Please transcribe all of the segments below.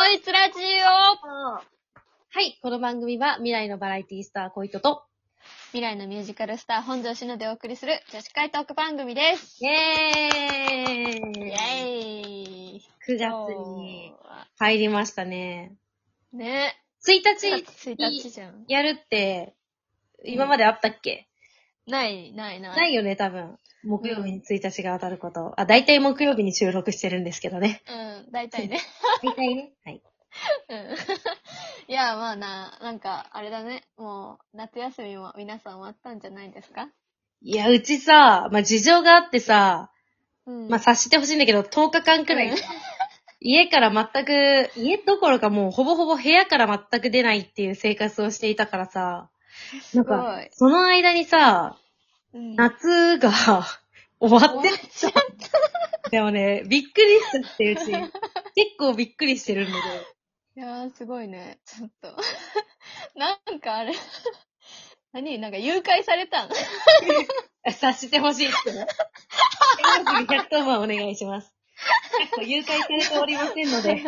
こいつラジオ。 はい、この番組は未来のバラエティスターコイトと、 未来のミュージカルスター本庄しのでお送りする女子会トーク番組です。 イェーイイェーイ !9 月に入りましたね。 ね。 1日 1日じゃん。 やるって、今まであったっけ？ ないよね、多分。木曜日に1日が当たること。だいたい木曜日に収録してるんですけどね。 だいたいね。 だいたいね。はい。 いや、まあなんか、あれだね。もう、夏休みも皆さん終わったんじゃないですか？ いや、うちさ、事情があってさ、 うん。 察してほしいんだけど、10日間くらいさ、家から全く、家どころかもうほぼほぼ部屋から全く出ないっていう生活をしていたからさ、 すごい。 その間にさ、夏が終わってちゃった。 でもね、びっくりしちゃってうち。結構びっくりしてるんだけど。 いやー、すごいね。ちょっと。なんかあれ、なんか誘拐されたん？ 察してほしいってね。110番お願いします。誘拐されておりませんので。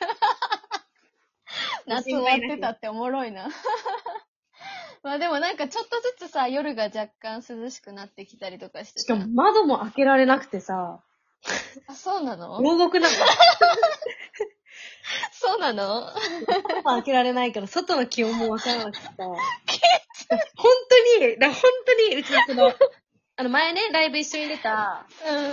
夏終わってたっておもろいな。まあでもなんかちょっとずつさ、夜が若干涼しくなってきたりとかしてさ。 しかも窓も開けられなくてさ。 あ、そうなの？ 牢獄なの。 そうなの？ 窓も開けられないから外の気温もわからなくてさ。本当に、うちの前ね、ライブ一緒に出た、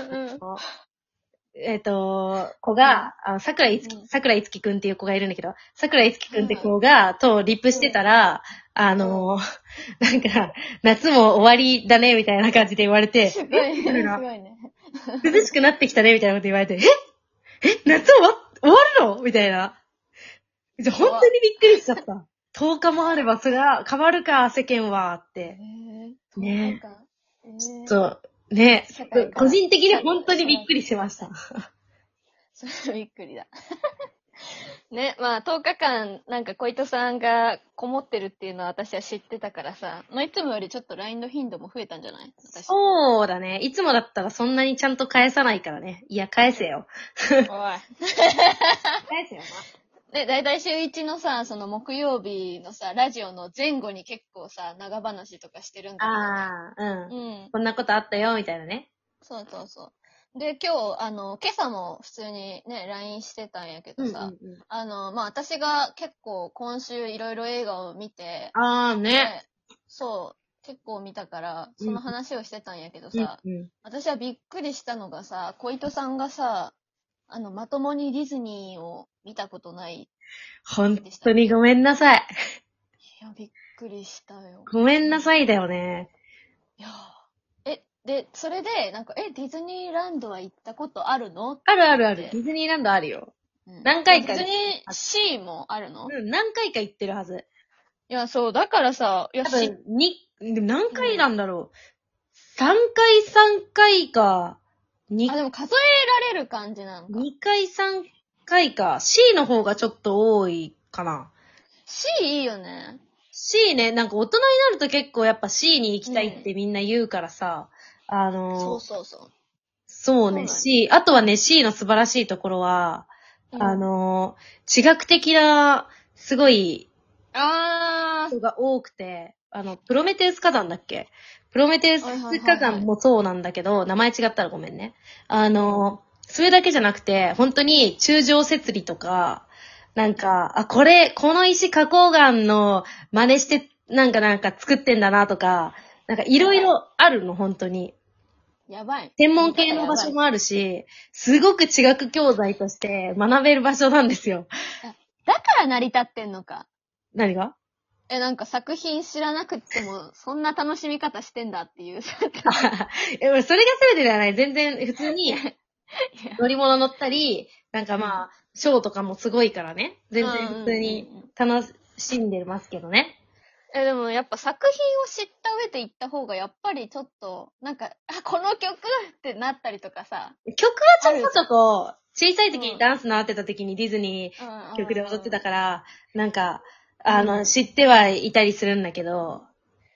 子が、桜井月くんっていう子がいるんだけど、桜井月くんって子が、リップしてたら、なんか、夏も終わりだね、みたいな感じで言われて、 すごいね。 涼しくなってきたね、みたいなこと言われて、夏終わるのみたいな。本当にびっくりしちゃった。10日もあれば、それは変わるか、世間は、って。ねね、個人的に本当にびっくりしました。 それびっくりだ。ね、まあ10日間なんか小糸さんがこもってるっていうのは私は知ってたからさ、まあいつもよりちょっと LINE の頻度も増えたんじゃない？私。 そうだね。いつもだったらそんなにちゃんと返さないからね。いや、返せよ。 おい。 返せよで、だいたい週1のさ、その木曜日のさ、ラジオの前後に結構さ、長話とかしてるんだけど、ね。 こんなことあったよ、みたいなね。 そう。で、今朝も普通にね、LINE してたんやけどさ、まあ、私が結構今週いろいろ映画を見て、 ね。 そう、結構見たから、その話をしてたんやけどさ、私はびっくりしたのがさ、小糸さんがさ、まともにディズニーを見たことない。 本当にごめんなさい。 いや、びっくりしたよ。 ごめんなさいだよね。 いやで、それで、なんか、ディズニーランドは行ったことあるの？ ある。ディズニーランドあるよ。何回か。 ディズニーシーもあるの？ 何回か行ってるはず。 いや、そう、だからさ、 多分、でも何回なんだろう。3回か。 でも数えられる感じなのか。 2回3回か。C の方がちょっと多いかな。 C いいよね。 C ね、なんか大人になると結構やっぱ C に行きたいってみんな言うからさ。 そう。 そうね、C。あとはね、C の素晴らしいところは、地学的な、すごい、人が多くて、プロメテウス火山だっけ？プロメテウス火山もそうなんだけど、名前違ったらごめんね。それだけじゃなくて、本当に柱状節理とか、なんか、この石花崗岩の真似して、なんか作ってんだなとか、なんかいろいろあるの、本当に。 やばい。 専門系の場所もあるし、すごく地学教材として学べる場所なんですよ。 だから成り立ってんのか。 何が？ なんか作品知らなくっても、そんな楽しみ方してんだっていう。 それが全てではない。全然普通に乗り物乗ったり、なんかまあ、ショーとかもすごいからね。全然普通に楽しんでますけどね。 でもやっぱ作品を知った上で行った方がやっぱりちょっと、なんか、この曲ってなったりとかさ。 曲はちょこちょこ、小さい時にダンス習ってた時にディズニー曲で踊ってたから、なんか、知ってはいたりするんだけど、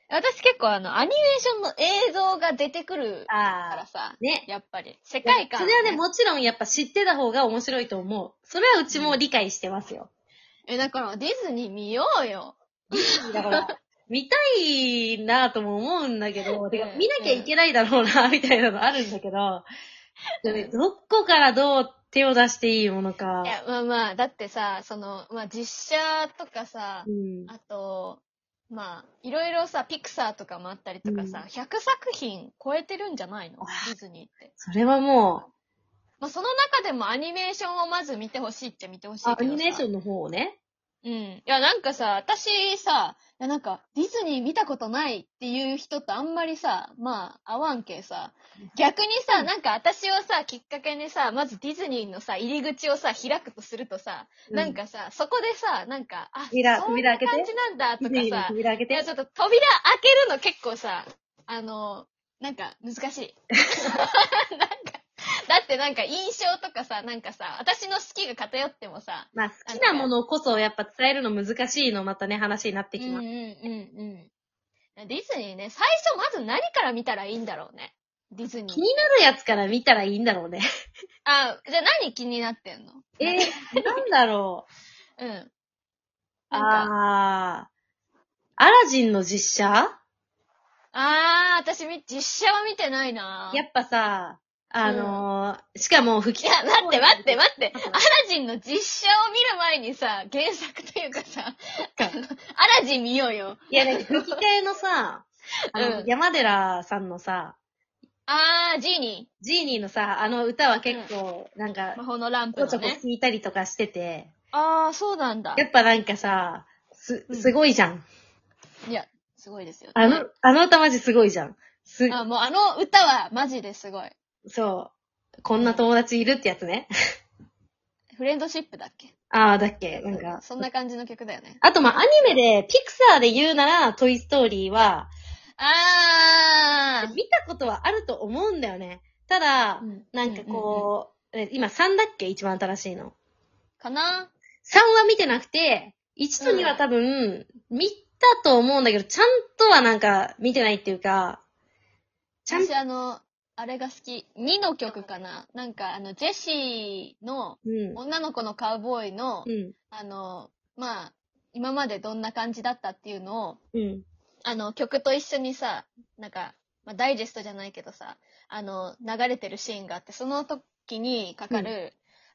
私結構アニメーションの映像が出てくるからさ、 ね。 やっぱり。世界観、 それはね、もちろんやっぱ知ってた方が面白いと思う。それはうちも理解してますよ。 だからディズニー見ようよ。 だから、見たいなとも思うんだけど、てか見なきゃいけないだろうな、みたいなのあるんだけど、どこからどう手を出していいものか。 いや、まあまあ、だってさ、実写とかさ、 うん。 あと、いろいろさ、ピクサーとかもあったりとかさ、100作品超えてるんじゃないのディズニーって。 それはもう、その中でもアニメーションをまず見てほしいっちゃ見てほしいけどさ。 アニメーションの方をね。 うん。いや、なんかさ、私さ、ディズニー見たことないっていう人とあんまりさ、合わんけさ、逆にさ、私をさ、きっかけにさ、まずディズニーのさ、入り口をさ、開くとするとさ、そこでさ、そんな感じなんだとかさ、 扉開けて。 いや、ちょっと扉開けるの結構さ、難しい。だって印象とかさ、私の好きが偏ってもさ。 好きなものこそやっぱ伝えるの難しいのまたね、話になってきます。 ディズニーね、最初まず何から見たらいいんだろうね。ディズニー。 気になるやつから見たらいいんだろうね。 じゃあ何気になってんの？ なんだろう。うん。 アラジンの実写？ 私実写は見てないな。 やっぱさ、しかも吹きいや、待って。アラジンの実写を見る前にさ、原作というかさ、アラジン見ようよ。 いや、吹き替えのさ、山寺さんのさ、 ジーニーのさ、歌は結構、 魔法のランプのね。 ちょこちょこ聞いたりとかしてて。 そうなんだ。 やっぱさ、すごいじゃん。 いや、すごいですよ、 ね。歌マジすごいじゃん。 もう歌はマジですごい。 そう。こんな友達いるってやつね。 フレンドシップだっけ？ だっけそんな感じの曲だよね。 あと、アニメで、ピクサーで言うなら、トイストーリーは、見たことはあると思うんだよね。ただ、今3だっけ？一番新しいの。 かな？ 3 は見てなくて、1と2は多分、見たと思うんだけど、ちゃんとは見てないっていうか、 私あれが好き。2の曲かな。ジェシーの、女の子のカウボーイの、今までどんな感じだったっていうのを、曲と一緒にさ、ダイジェストじゃないけどさ、流れてるシーンがあって、その時にかかる、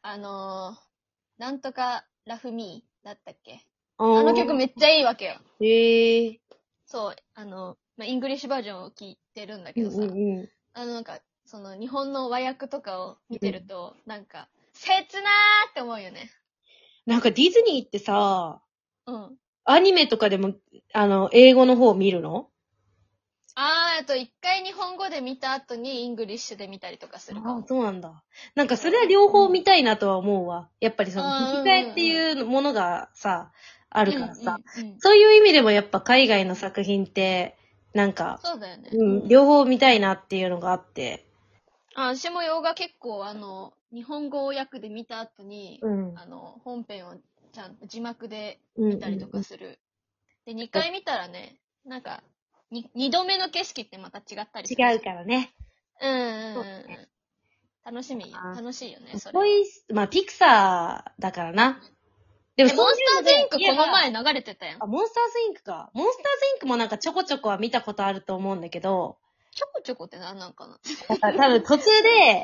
なんとかラフミーだったっけ？あの曲めっちゃいいわけよ。そう、イングリッシュバージョンを聞いてるんだけどさ、日本の和訳とかを見てると、切なーって思うよね。 ディズニーってさ、アニメとかでも、英語の方見るの？ 一回日本語で見た後にイングリッシュで見たりとかするかも。 そうなんだ。それは両方見たいなとは思うわ。やっぱり吹き替えっていうものがさ、あるからさ、そういう意味でもやっぱ海外の作品って、 そうだよね。 両方見たいなっていうのがあって。 私も洋画結構日本語訳で見た後に、本編をちゃんと字幕で見たりとかする。で、2回見たらね、2度目の景色ってまた違ったりする。 違うからね。 楽しいよね、それ。ピクサーだからな。 でもモンスターズインクこの前流れてたやん。 モンスターズインクか。モンスターズインクもちょこちょこは見たことあると思うんだけど。 ちょこちょこって何なんかな？ 多分途中で、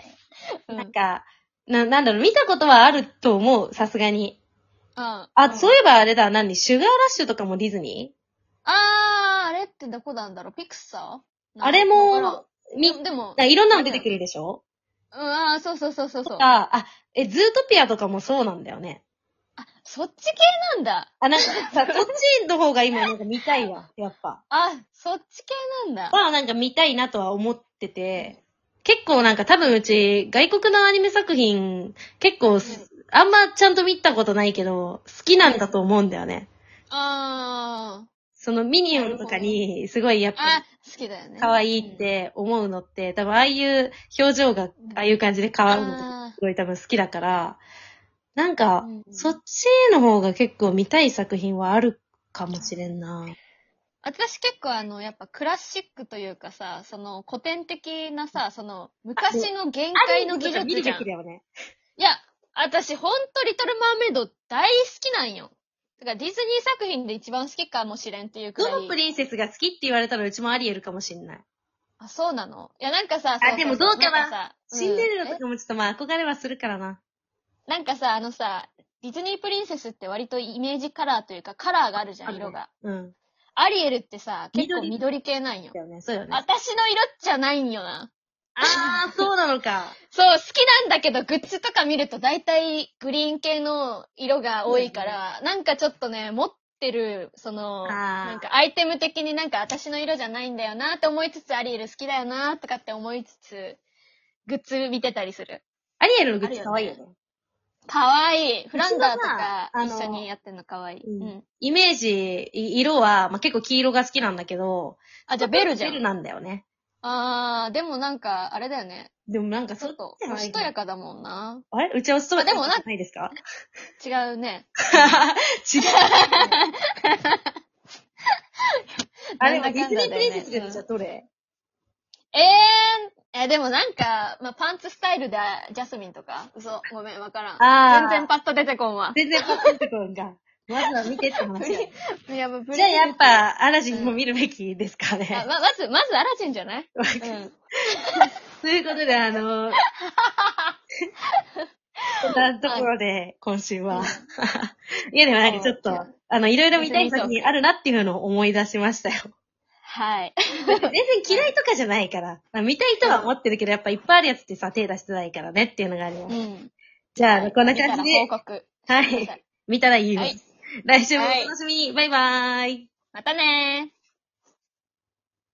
見たことはあると思う、さすがに。そういえばあれだ、シュガーラッシュとかもディズニー？ あれってどこなんだろう？ピクサー？ あれも、 でも、 いろんなの出てくるでしょ？ そう。ズートピアとかもそうなんだよね。 そっち系なんだ。 そっちの方が今見たいわ、やっぱ。 そっち系なんだ。 見たいなとは思ってて、結構多分うち、外国のアニメ作品、結構、あんまちゃんと見たことないけど、好きなんだと思うんだよね。そのミニオンとかに、すごいやっぱ好きだよね。 可愛いって思うのって、多分ああいう表情が、ああいう感じで変わるのとすごい多分好きだから、そっちの方が結構見たい作品はあるかもしれんな。 私結構やっぱクラシックというかさ、その古典的なさ、その昔の限界の技術じゃん。 見るべきだよね。 いや、私ほんとリトルマーメイド大好きなんよ。だからディズニー作品で一番好きかもしれんっていうくらい。 どのプリンセスが好きって言われたらうちもアリエルかもしんない。 あ、そうなの？いや、なんかさ、 でもどうかな。 さシンデレラとかもちょっとまあ憧れはするからな。 なんかさ、ディズニープリンセスって割とイメージカラーというかカラーがあるじゃん、色が。 うん。 アリエルってさ、結構緑系なんよ。 だよね、そうよね。 私の色じゃないんよな。 あー、そうなのか。 そう、好きなんだけど、グッズとか見ると大体グリーン系の色が多いから、なんかちょっとね、持ってる、なんかアイテム的になんか私の色じゃないんだよなって思いつつ、アリエル好きだよなとかって思いつつ、グッズ見てたりする。 アリエルのグッズ可愛いよね。 かわいい。フランダーとか一緒にやってんのかわいい。うん。 イメージ、色は、まあ、結構黄色が好きなんだけど。 あ、じゃあベルじゃん。 ベルなんだよね。 でもなんか、あれだよね。 でもなんかちょっと、おしとやかだもんな。 あれうちはおしとやかじゃないですか？ 違うね。 違う。あれ、ディズニープリンセスでじゃあどれ？ でもなんか、まあ、パンツスタイルでジャスミンとか嘘。ごめん、わからん。全然パッと出てこんわ。 全然パッと出てこんか。まずは見てって話や。 じゃあやっぱ、アラジンも見るべきですかね。 まずアラジンじゃない？ ということで、こんなところで、今週は。いや、でもなんかちょっと、いろいろ見たい作品あるなっていうのを思い出しましたよ。 はい。 全然嫌いとかじゃないから。見たいとは思ってるけど、やっぱいっぱいあるやつってさ、手出してないからねっていうのがあります。じゃあ、こんな感じで。 報告。 はい。見たら言います。来週もお楽しみに。バイバーイ。 またねー。